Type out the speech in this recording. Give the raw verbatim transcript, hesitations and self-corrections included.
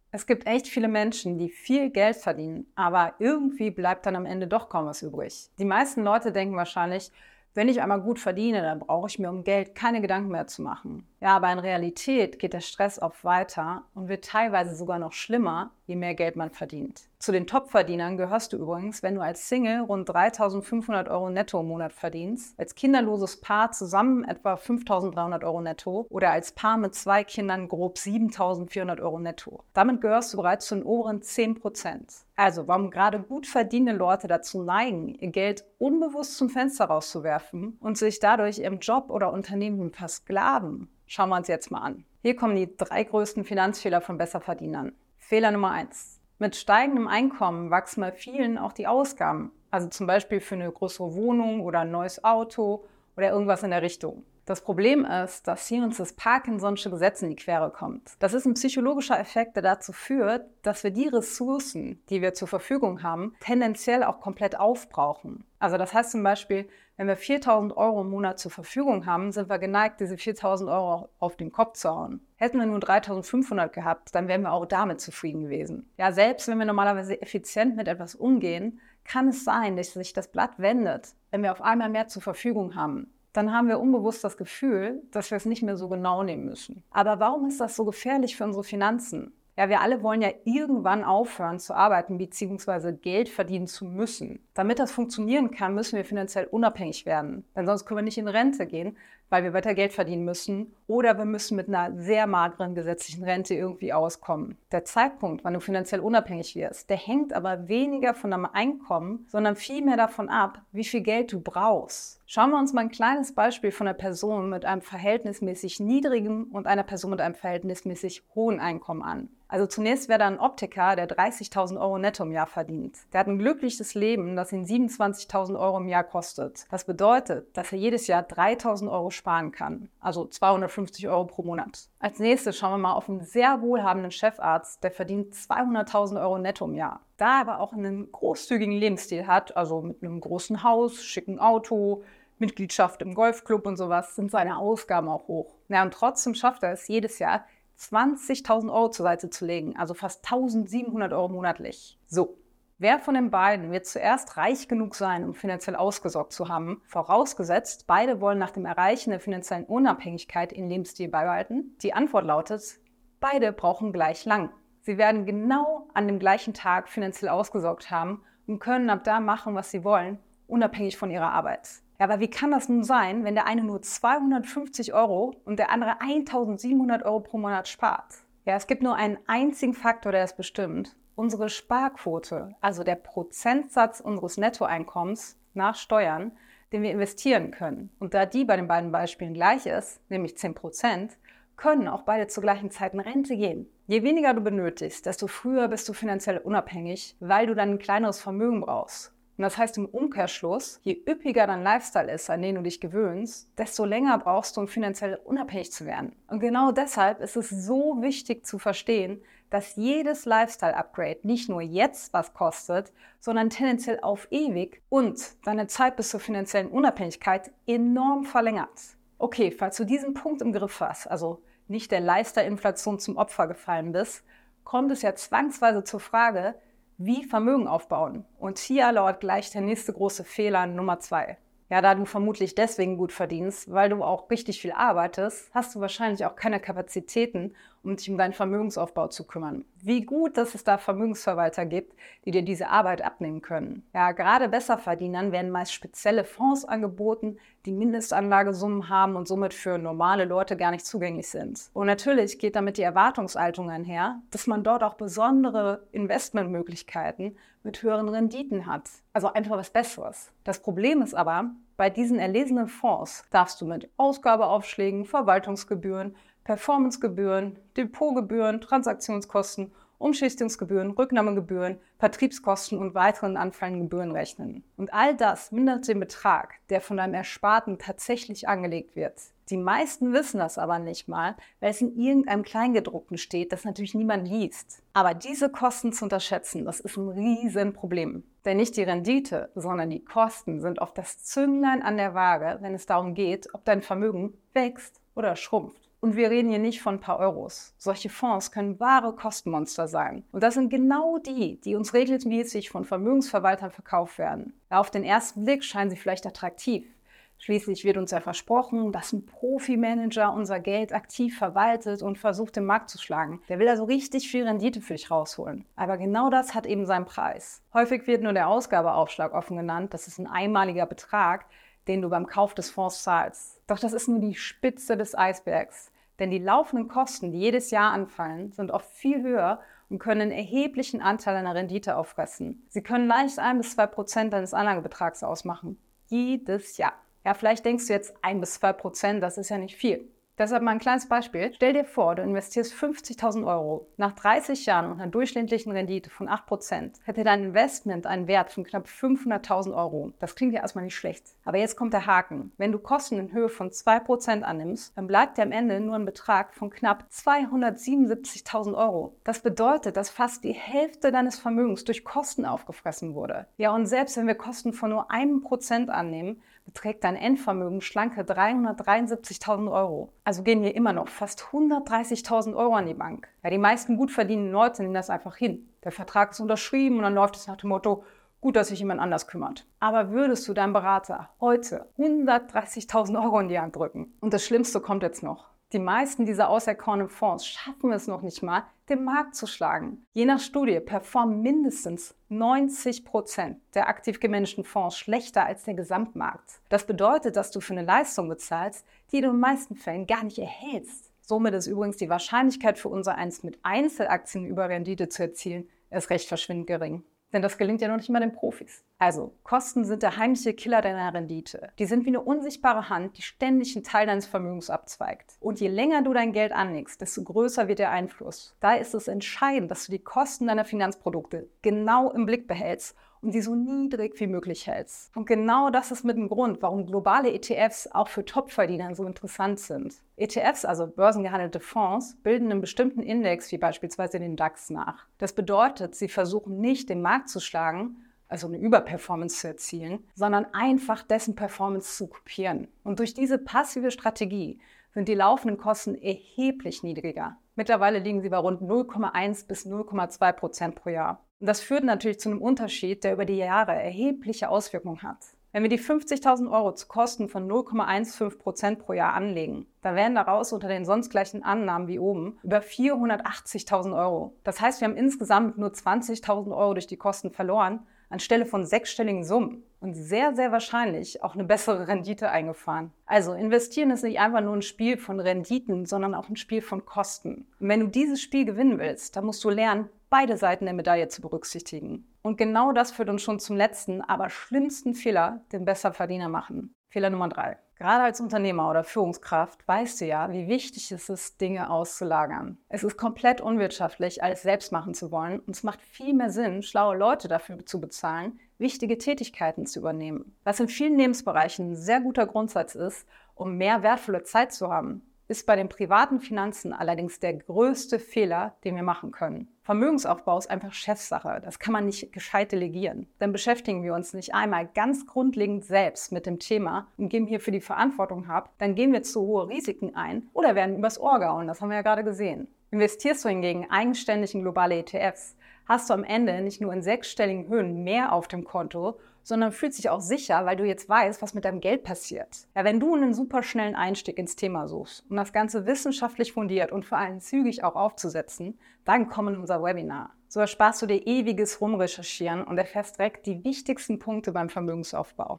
Es gibt echt viele Menschen, die viel Geld verdienen, aber irgendwie bleibt dann am Ende doch kaum was übrig. Die meisten Leute denken wahrscheinlich, wenn ich einmal gut verdiene, dann brauche ich mir um Geld keine Gedanken mehr zu machen. Ja, aber in Realität geht der Stress oft weiter und wird teilweise sogar noch schlimmer, je mehr Geld man verdient. Zu den Top-Verdienern gehörst du übrigens, wenn du als Single rund dreitausendfünfhundert Euro netto im Monat verdienst, als kinderloses Paar zusammen etwa fünftausenddreihundert Euro netto oder als Paar mit zwei Kindern grob siebentausendvierhundert Euro netto. Damit gehörst du bereits zu den oberen zehn Prozent. Also, warum gerade gut verdienende Leute dazu neigen, ihr Geld unbewusst zum Fenster rauszuwerfen und sich dadurch im Job oder Unternehmen versklaven, schauen wir uns jetzt mal an. Hier kommen die drei größten Finanzfehler von Besserverdienern. Fehler Nummer eins. Mit steigendem Einkommen wachsen bei vielen auch die Ausgaben. Also zum Beispiel für eine größere Wohnung oder ein neues Auto oder irgendwas in der Richtung. Das Problem ist, dass hier uns das Parkinson'sche Gesetz in die Quere kommt. Das ist ein psychologischer Effekt, der dazu führt, dass wir die Ressourcen, die wir zur Verfügung haben, tendenziell auch komplett aufbrauchen. Also das heißt zum Beispiel, wenn wir viertausend Euro im Monat zur Verfügung haben, sind wir geneigt, diese viertausend Euro auf den Kopf zu hauen. Hätten wir nur dreitausendfünfhundert gehabt, dann wären wir auch damit zufrieden gewesen. Ja, selbst wenn wir normalerweise effizient mit etwas umgehen, kann es sein, dass sich das Blatt wendet, wenn wir auf einmal mehr zur Verfügung haben. Dann haben wir unbewusst das Gefühl, dass wir es nicht mehr so genau nehmen müssen. Aber warum ist das so gefährlich für unsere Finanzen? Ja, wir alle wollen ja irgendwann aufhören zu arbeiten bzw. Geld verdienen zu müssen. Damit das funktionieren kann, müssen wir finanziell unabhängig werden. Denn sonst können wir nicht in Rente gehen, weil wir weiter Geld verdienen müssen. Oder wir müssen mit einer sehr mageren gesetzlichen Rente irgendwie auskommen. Der Zeitpunkt, wann du finanziell unabhängig wirst, der hängt aber weniger von deinem Einkommen, sondern vielmehr davon ab, wie viel Geld du brauchst. Schauen wir uns mal ein kleines Beispiel von einer Person mit einem verhältnismäßig niedrigen und einer Person mit einem verhältnismäßig hohen Einkommen an. Also zunächst wäre da ein Optiker, der dreißigtausend Euro netto im Jahr verdient. Der hat ein glückliches Leben, das ihn siebenundzwanzigtausend Euro im Jahr kostet. Das bedeutet, dass er jedes Jahr dreitausend Euro sparen kann, also zweihundertfünfzig Euro pro Monat. Als nächstes schauen wir mal auf einen sehr wohlhabenden Chefarzt, der verdient zweihunderttausend Euro netto im Jahr. Da er aber auch einen großzügigen Lebensstil hat, also mit einem großen Haus, schicken Auto, Mitgliedschaft im Golfclub und sowas, sind seine Ausgaben auch hoch. Ja, und trotzdem schafft er es jedes Jahr, zwanzigtausend Euro zur Seite zu legen, also fast eintausendsiebenhundert Euro monatlich. So, wer von den beiden wird zuerst reich genug sein, um finanziell ausgesorgt zu haben? Vorausgesetzt, beide wollen nach dem Erreichen der finanziellen Unabhängigkeit ihren Lebensstil beibehalten? Die Antwort lautet, beide brauchen gleich lang. Sie werden genau an dem gleichen Tag finanziell ausgesorgt haben und können ab da machen, was sie wollen, unabhängig von ihrer Arbeit. Ja, aber wie kann das nun sein, wenn der eine nur zweihundertfünfzig Euro und der andere eintausendsiebenhundert Euro pro Monat spart? Ja, es gibt nur einen einzigen Faktor, der es bestimmt. Unsere Sparquote, also der Prozentsatz unseres Nettoeinkommens nach Steuern, den wir investieren können. Und da die bei den beiden Beispielen gleich ist, nämlich zehn Prozent, können auch beide zur gleichen Zeit in Rente gehen. Je weniger du benötigst, desto früher bist du finanziell unabhängig, weil du dann ein kleineres Vermögen brauchst. Und das heißt im Umkehrschluss, je üppiger dein Lifestyle ist, an den du dich gewöhnst, desto länger brauchst du, um finanziell unabhängig zu werden. Und genau deshalb ist es so wichtig zu verstehen, dass jedes Lifestyle-Upgrade nicht nur jetzt was kostet, sondern tendenziell auf ewig und deine Zeit bis zur finanziellen Unabhängigkeit enorm verlängert. Okay, falls du diesen Punkt im Griff hast, also nicht der Lifestyle-Inflation zum Opfer gefallen bist, kommt es ja zwangsweise zur Frage, wie Vermögen aufbauen. Und hier lauert gleich der nächste große Fehler Nummer zwei. Ja, da du vermutlich deswegen gut verdienst, weil du auch richtig viel arbeitest, hast du wahrscheinlich auch keine Kapazitäten, um dich um deinen Vermögensaufbau zu kümmern. Wie gut, dass es da Vermögensverwalter gibt, die dir diese Arbeit abnehmen können. Ja, gerade Besserverdienern werden meist spezielle Fonds angeboten, die Mindestanlagesummen haben und somit für normale Leute gar nicht zugänglich sind. Und natürlich geht damit die Erwartungshaltung einher, dass man dort auch besondere Investmentmöglichkeiten mit höheren Renditen hat. Also einfach was Besseres. Das Problem ist aber, bei diesen erlesenen Fonds darfst du mit Ausgabeaufschlägen, Verwaltungsgebühren, Performancegebühren, Depotgebühren, Transaktionskosten, Umschichtungsgebühren, Rücknahmegebühren, Vertriebskosten und weiteren anfallenden Gebühren rechnen. Und all das mindert den Betrag, der von deinem Ersparten tatsächlich angelegt wird. Die meisten wissen das aber nicht mal, weil es in irgendeinem Kleingedruckten steht, das natürlich niemand liest. Aber diese Kosten zu unterschätzen, das ist ein Riesenproblem. Denn nicht die Rendite, sondern die Kosten sind oft das Zünglein an der Waage, wenn es darum geht, ob dein Vermögen wächst oder schrumpft. Und wir reden hier nicht von ein paar Euros. Solche Fonds können wahre Kostenmonster sein. Und das sind genau die, die uns regelmäßig von Vermögensverwaltern verkauft werden. Ja, auf den ersten Blick scheinen sie vielleicht attraktiv. Schließlich wird uns ja versprochen, dass ein Profimanager unser Geld aktiv verwaltet und versucht, den Markt zu schlagen. Der will also richtig viel Rendite für dich rausholen. Aber genau das hat eben seinen Preis. Häufig wird nur der Ausgabeaufschlag offen genannt. Das ist ein einmaliger Betrag, den du beim Kauf des Fonds zahlst. Doch das ist nur die Spitze des Eisbergs. Denn die laufenden Kosten, die jedes Jahr anfallen, sind oft viel höher und können einen erheblichen Anteil deiner Rendite auffressen. Sie können leicht ein bis zwei Prozent deines Anlagebetrags ausmachen. Jedes Jahr. Ja, vielleicht denkst du jetzt ein bis zwei Prozent, das ist ja nicht viel. Deshalb mal ein kleines Beispiel. Stell dir vor, du investierst fünfzigtausend Euro. Nach dreißig Jahren und einer durchschnittlichen Rendite von acht Prozent hätte dein Investment einen Wert von knapp fünfhunderttausend Euro. Das klingt ja erstmal nicht schlecht. Aber jetzt kommt der Haken. Wenn du Kosten in Höhe von zwei Prozent annimmst, dann bleibt dir am Ende nur ein Betrag von knapp zweihundertsiebenundsiebzigtausend Euro. Das bedeutet, dass fast die Hälfte deines Vermögens durch Kosten aufgefressen wurde. Ja, und selbst wenn wir Kosten von nur einem Prozent annehmen, beträgt dein Endvermögen schlanke dreihundertdreiundsiebzigtausend Euro. Also gehen hier immer noch fast hundertdreißigtausend Euro an die Bank. Ja, die meisten gut verdienenden Leute nehmen das einfach hin. Der Vertrag ist unterschrieben und dann läuft es nach dem Motto, gut, dass sich jemand anders kümmert. Aber würdest du deinem Berater heute hundertdreißigtausend Euro in die Hand drücken? Und das Schlimmste kommt jetzt noch. Die meisten dieser auserkorenen Fonds schaffen es noch nicht mal, den Markt zu schlagen. Je nach Studie performen mindestens neunzig Prozent der aktiv gemanagten Fonds schlechter als der Gesamtmarkt. Das bedeutet, dass du für eine Leistung bezahlst, die du in den meisten Fällen gar nicht erhältst. Somit ist übrigens die Wahrscheinlichkeit für unser eins mit Einzelaktien über Rendite zu erzielen, erst recht verschwindend gering. Denn das gelingt ja noch nicht mal den Profis. Also, Kosten sind der heimliche Killer deiner Rendite. Die sind wie eine unsichtbare Hand, die ständig einen Teil deines Vermögens abzweigt. Und je länger du dein Geld anlegst, desto größer wird der Einfluss. Daher ist es entscheidend, dass du die Kosten deiner Finanzprodukte genau im Blick behältst und sie so niedrig wie möglich hältst. Und genau das ist mit dem Grund, warum globale E T Fs auch für Topverdiener so interessant sind. E T Fs, also börsengehandelte Fonds, bilden einen bestimmten Index, wie beispielsweise den DAX, nach. Das bedeutet, sie versuchen nicht, den Markt zu schlagen, also eine Überperformance zu erzielen, sondern einfach dessen Performance zu kopieren. Und durch diese passive Strategie sind die laufenden Kosten erheblich niedriger. Mittlerweile liegen sie bei rund null Komma eins bis null Komma zwei Prozent pro Jahr. Und das führt natürlich zu einem Unterschied, der über die Jahre erhebliche Auswirkungen hat. Wenn wir die fünfzigtausend Euro zu Kosten von null Komma fünfzehn Prozent pro Jahr anlegen, dann werden daraus unter den sonst gleichen Annahmen wie oben über vierhundertachtzigtausend Euro. Das heißt, wir haben insgesamt nur zwanzigtausend Euro durch die Kosten verloren, anstelle von sechsstelligen Summen und sehr, sehr wahrscheinlich auch eine bessere Rendite eingefahren. Also investieren ist nicht einfach nur ein Spiel von Renditen, sondern auch ein Spiel von Kosten. Und wenn du dieses Spiel gewinnen willst, dann musst du lernen, beide Seiten der Medaille zu berücksichtigen. Und genau das führt uns schon zum letzten, aber schlimmsten Fehler, den Besserverdiener machen. Fehler Nummer drei. Gerade als Unternehmer oder Führungskraft weißt du ja, wie wichtig es ist, Dinge auszulagern. Es ist komplett unwirtschaftlich, alles selbst machen zu wollen und es macht viel mehr Sinn, schlaue Leute dafür zu bezahlen, wichtige Tätigkeiten zu übernehmen. Was in vielen Lebensbereichen ein sehr guter Grundsatz ist, um mehr wertvolle Zeit zu haben, ist bei den privaten Finanzen allerdings der größte Fehler, den wir machen können. Vermögensaufbau ist einfach Chefsache. Das kann man nicht gescheit delegieren. Dann beschäftigen wir uns nicht einmal ganz grundlegend selbst mit dem Thema und geben hierfür die Verantwortung ab, dann gehen wir zu hohe Risiken ein oder werden übers Ohr gehauen. Das haben wir ja gerade gesehen. Investierst du hingegen eigenständig in globale E T Fs, hast du am Ende nicht nur in sechsstelligen Höhen mehr auf dem Konto, sondern fühlst dich auch sicher, weil du jetzt weißt, was mit deinem Geld passiert. Ja, wenn du einen super schnellen Einstieg ins Thema suchst, um das Ganze wissenschaftlich fundiert und vor allem zügig auch aufzusetzen, dann komm in unser Webinar. So ersparst du dir ewiges Rumrecherchieren und erfährst direkt die wichtigsten Punkte beim Vermögensaufbau.